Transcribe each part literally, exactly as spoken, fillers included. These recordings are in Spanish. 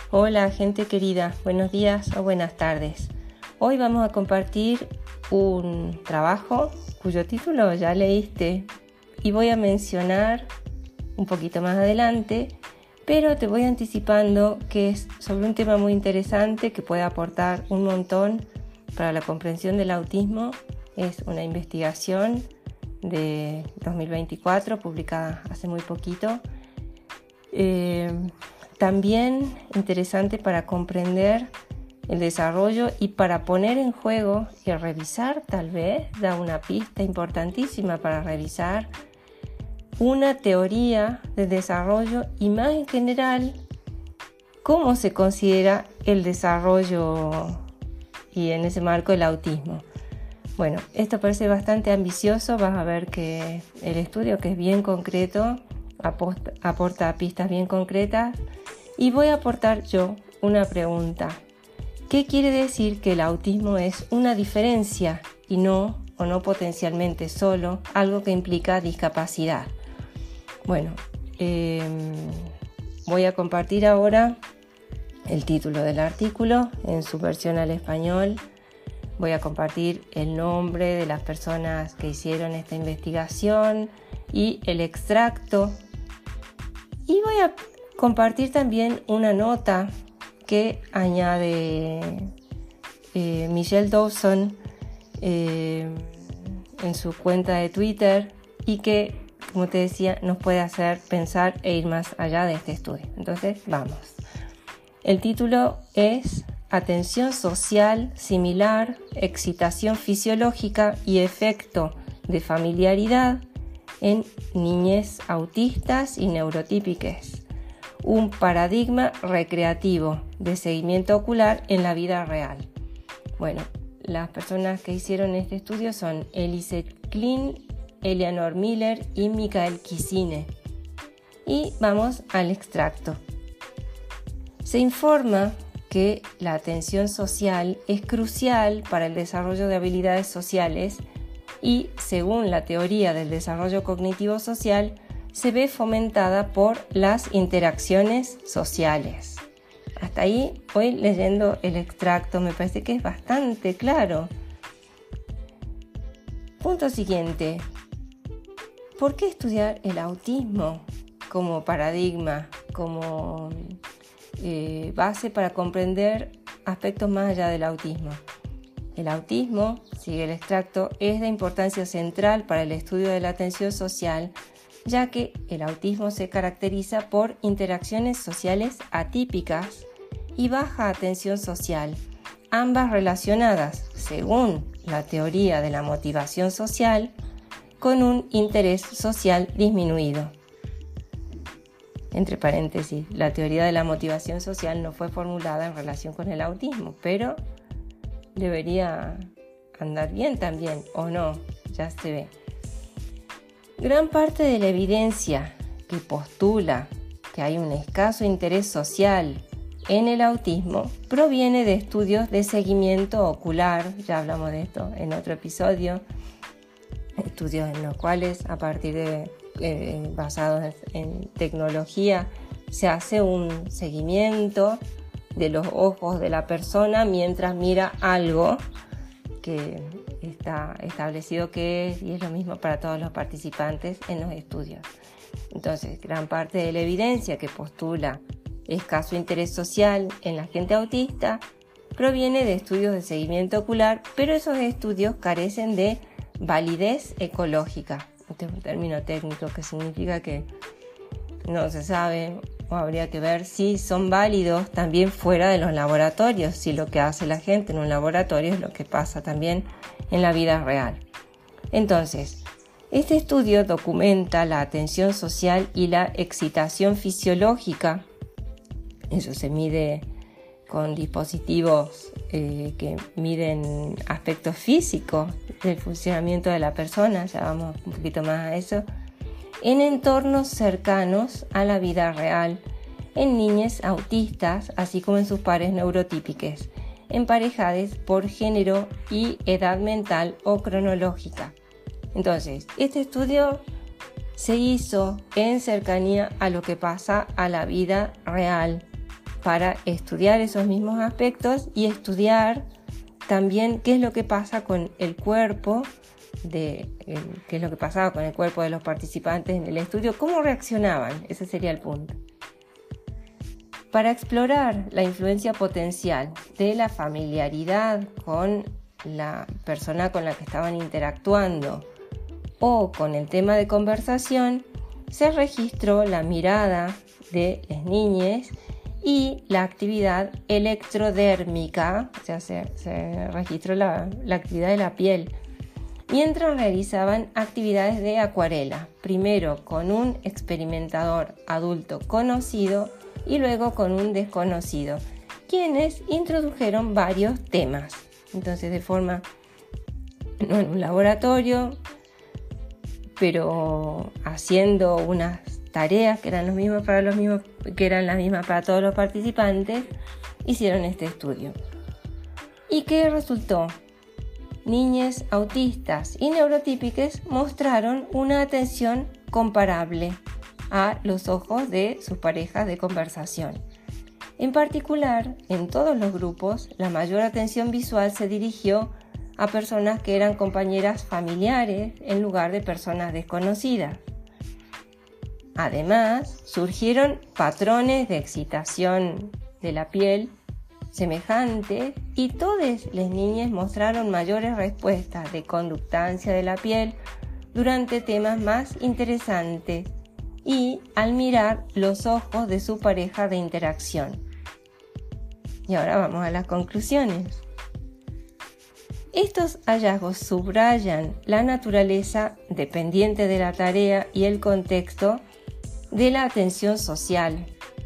Hola gente querida, buenos días o buenas tardes. Hoy vamos a compartir un trabajo cuyo título ya leíste y voy a mencionar un poquito más adelante, pero te voy anticipando que es sobre un tema muy interesante que puede aportar un montón para la comprensión del autismo. Es una investigación de dos mil veinticuatro publicada hace muy poquito. Eh, también interesante para comprender el desarrollo y para poner en juego y revisar, tal vez, da una pista importantísima para revisar una teoría de desarrollo y más en general cómo se considera el desarrollo y en ese marco el autismo. Bueno, esto parece bastante ambicioso, vas a ver que el estudio, que es bien concreto, aporta, aporta pistas bien concretas y voy a aportar yo una pregunta. ¿Qué quiere decir que el autismo es una diferencia y no, o no potencialmente solo, algo que implica discapacidad? Bueno, eh, voy a compartir ahora el título del artículo en su versión al español. Voy a compartir el nombre de las personas que hicieron esta investigación y el extracto. Y voy a compartir también una nota que añade eh, Michelle Dawson eh, en su cuenta de Twitter y que, como te decía, nos puede hacer pensar e ir más allá de este estudio. Entonces, vamos. El título es Atención social similar, excitación fisiológica y efecto de familiaridad en niñez autistas y neurotípicas. Un paradigma recreativo de seguimiento ocular en la vida real. Bueno, las personas que hicieron este estudio son Elise Klein, Eleanor Miller y Michael Kissine. Y vamos al extracto. Se informa que la atención social es crucial para el desarrollo de habilidades sociales y, según la teoría del desarrollo cognitivo social, se ve fomentada por las interacciones sociales. Hasta ahí voy leyendo el extracto, me parece que es bastante claro. Punto siguiente. ¿Por qué estudiar el autismo como paradigma, como eh, base para comprender aspectos más allá del autismo? El autismo, sigue el extracto, es de importancia central para el estudio de la atención social, ya que el autismo se caracteriza por interacciones sociales atípicas y baja atención social, ambas relacionadas, según la teoría de la motivación social, con un interés social disminuido. Entre paréntesis, la teoría de la motivación social no fue formulada en relación con el autismo, pero debería andar bien también, ¿o no? Ya se ve. Gran parte de la evidencia que postula que hay un escaso interés social en el autismo proviene de estudios de seguimiento ocular, ya hablamos de esto en otro episodio, estudios en los cuales a partir de eh, basados en tecnología se hace un seguimiento de los ojos de la persona mientras mira algo que está establecido que es, y es lo mismo para todos los participantes en los estudios. Entonces, gran parte de la evidencia que postula escaso interés social en la gente autista proviene de estudios de seguimiento ocular, pero esos estudios carecen de validez ecológica. Este es un término técnico que significa que no se sabe o habría que ver si son válidos también fuera de los laboratorios, si lo que hace la gente en un laboratorio es lo que pasa también en la vida real. Entonces, este estudio documenta la atención social y la excitación fisiológica. Eso se mide con dispositivos eh, que miden aspectos físicos del funcionamiento de la persona, ya vamos un poquito más a eso, en entornos cercanos a la vida real, en niñas autistas, así como en sus pares neurotípicas, emparejadas por género y edad mental o cronológica. Entonces, este estudio se hizo en cercanía a lo que pasa a la vida real para estudiar esos mismos aspectos y estudiar también qué es lo que pasa con el cuerpo, de, eh, qué es lo que pasaba con el cuerpo de los participantes en el estudio, cómo reaccionaban, ese sería el punto. Para explorar la influencia potencial de la familiaridad con la persona con la que estaban interactuando o con el tema de conversación, se registró la mirada de las niñas y la actividad electrodérmica, o sea, se, se registró la, la actividad de la piel, mientras realizaban actividades de acuarela, primero con un experimentador adulto conocido y luego con un desconocido, quienes introdujeron varios temas. Entonces, de forma, no en un laboratorio, pero haciendo unas tareas que eran los mismos para los mismos, que eran las mismas para todos los participantes, hicieron este estudio. ¿Y qué resultó? Niñas autistas y neurotípicas mostraron una atención comparable a los ojos de sus parejas de conversación. En particular, en todos los grupos, la mayor atención visual se dirigió a personas que eran compañeras familiares en lugar de personas desconocidas. Además, surgieron patrones de excitación de la piel semejantes y todas las niñas mostraron mayores respuestas de conductancia de la piel durante temas más interesantes y al mirar los ojos de su pareja de interacción. Y ahora vamos a las conclusiones. Estos hallazgos subrayan la naturaleza dependiente de la tarea y el contexto de la atención social.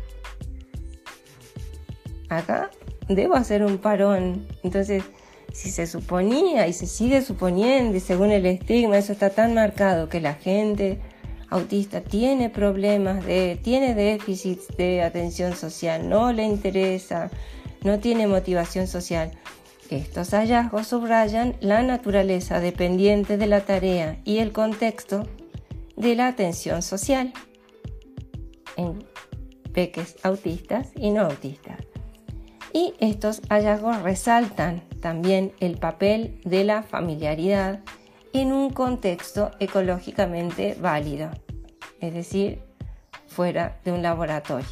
Acá debo hacer un parón. Entonces, si se suponía y se sigue suponiendo, y según el estigma, eso está tan marcado, que la gente autista tiene problemas, de, tiene déficits de atención social, no le interesa, no tiene motivación social. Estos hallazgos subrayan la naturaleza dependiente de la tarea y el contexto de la atención social en peques autistas y no autistas. Y estos hallazgos resaltan también el papel de la familiaridad en un contexto ecológicamente válido, es decir, fuera de un laboratorio.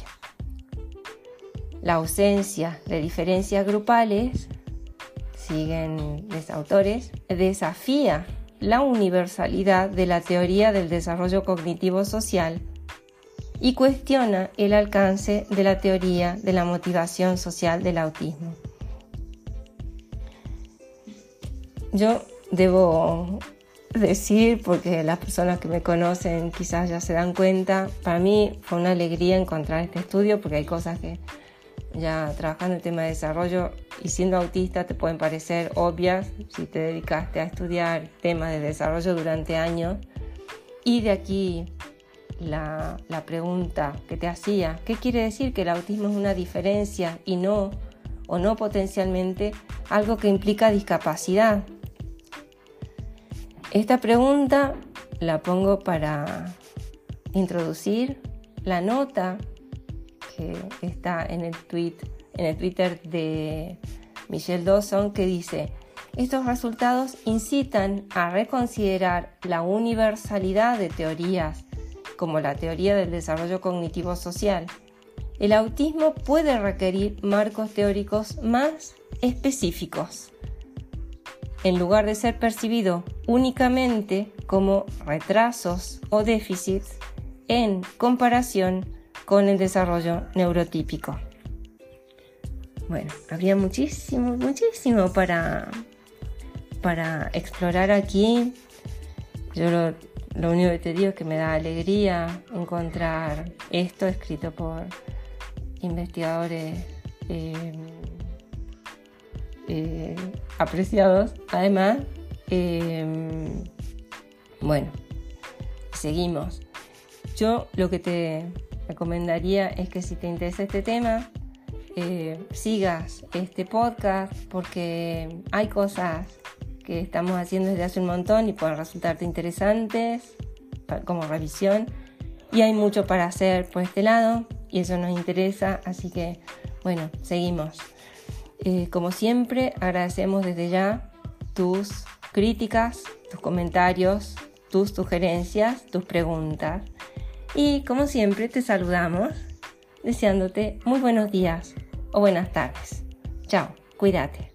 La ausencia de diferencias grupales, siguen los autores, desafía la universalidad de la teoría del desarrollo cognitivo social y cuestiona el alcance de la teoría de la motivación social del autismo. Yo debo decir, porque las personas que me conocen quizás ya se dan cuenta, para mí fue una alegría encontrar este estudio, porque hay cosas que ya trabajando el tema de desarrollo y siendo autista te pueden parecer obvias si te dedicaste a estudiar temas de desarrollo durante años. Y de aquí la, la pregunta que te hacía, ¿qué quiere decir que el autismo es una diferencia y no, o no potencialmente, algo que implica discapacidad? Esta pregunta la pongo para introducir la nota que está en el tweet, en el Twitter de Michelle Dawson, que dice: estos resultados incitan a reconsiderar la universalidad de teorías como la teoría del desarrollo cognitivo social. El autismo puede requerir marcos teóricos más específicos, en lugar de ser percibido únicamente como retrasos o déficits en comparación con el desarrollo neurotípico. Bueno, habría muchísimo, muchísimo para, para explorar aquí. Yo lo, lo único que te digo es que me da alegría encontrar esto escrito por investigadores eh, eh, apreciados. Además, eh, bueno, seguimos. Yo lo que te recomendaría es que si te interesa este tema, eh, sigas este podcast, porque hay cosas que estamos haciendo desde hace un montón y pueden resultarte interesantes como revisión, y hay mucho para hacer por este lado y eso nos interesa, así que Bueno, seguimos. Eh, como siempre, agradecemos desde ya tus críticas, tus comentarios, tus sugerencias, tus preguntas. Y como siempre, te saludamos deseándote muy buenos días o buenas tardes. Chao, cuídate.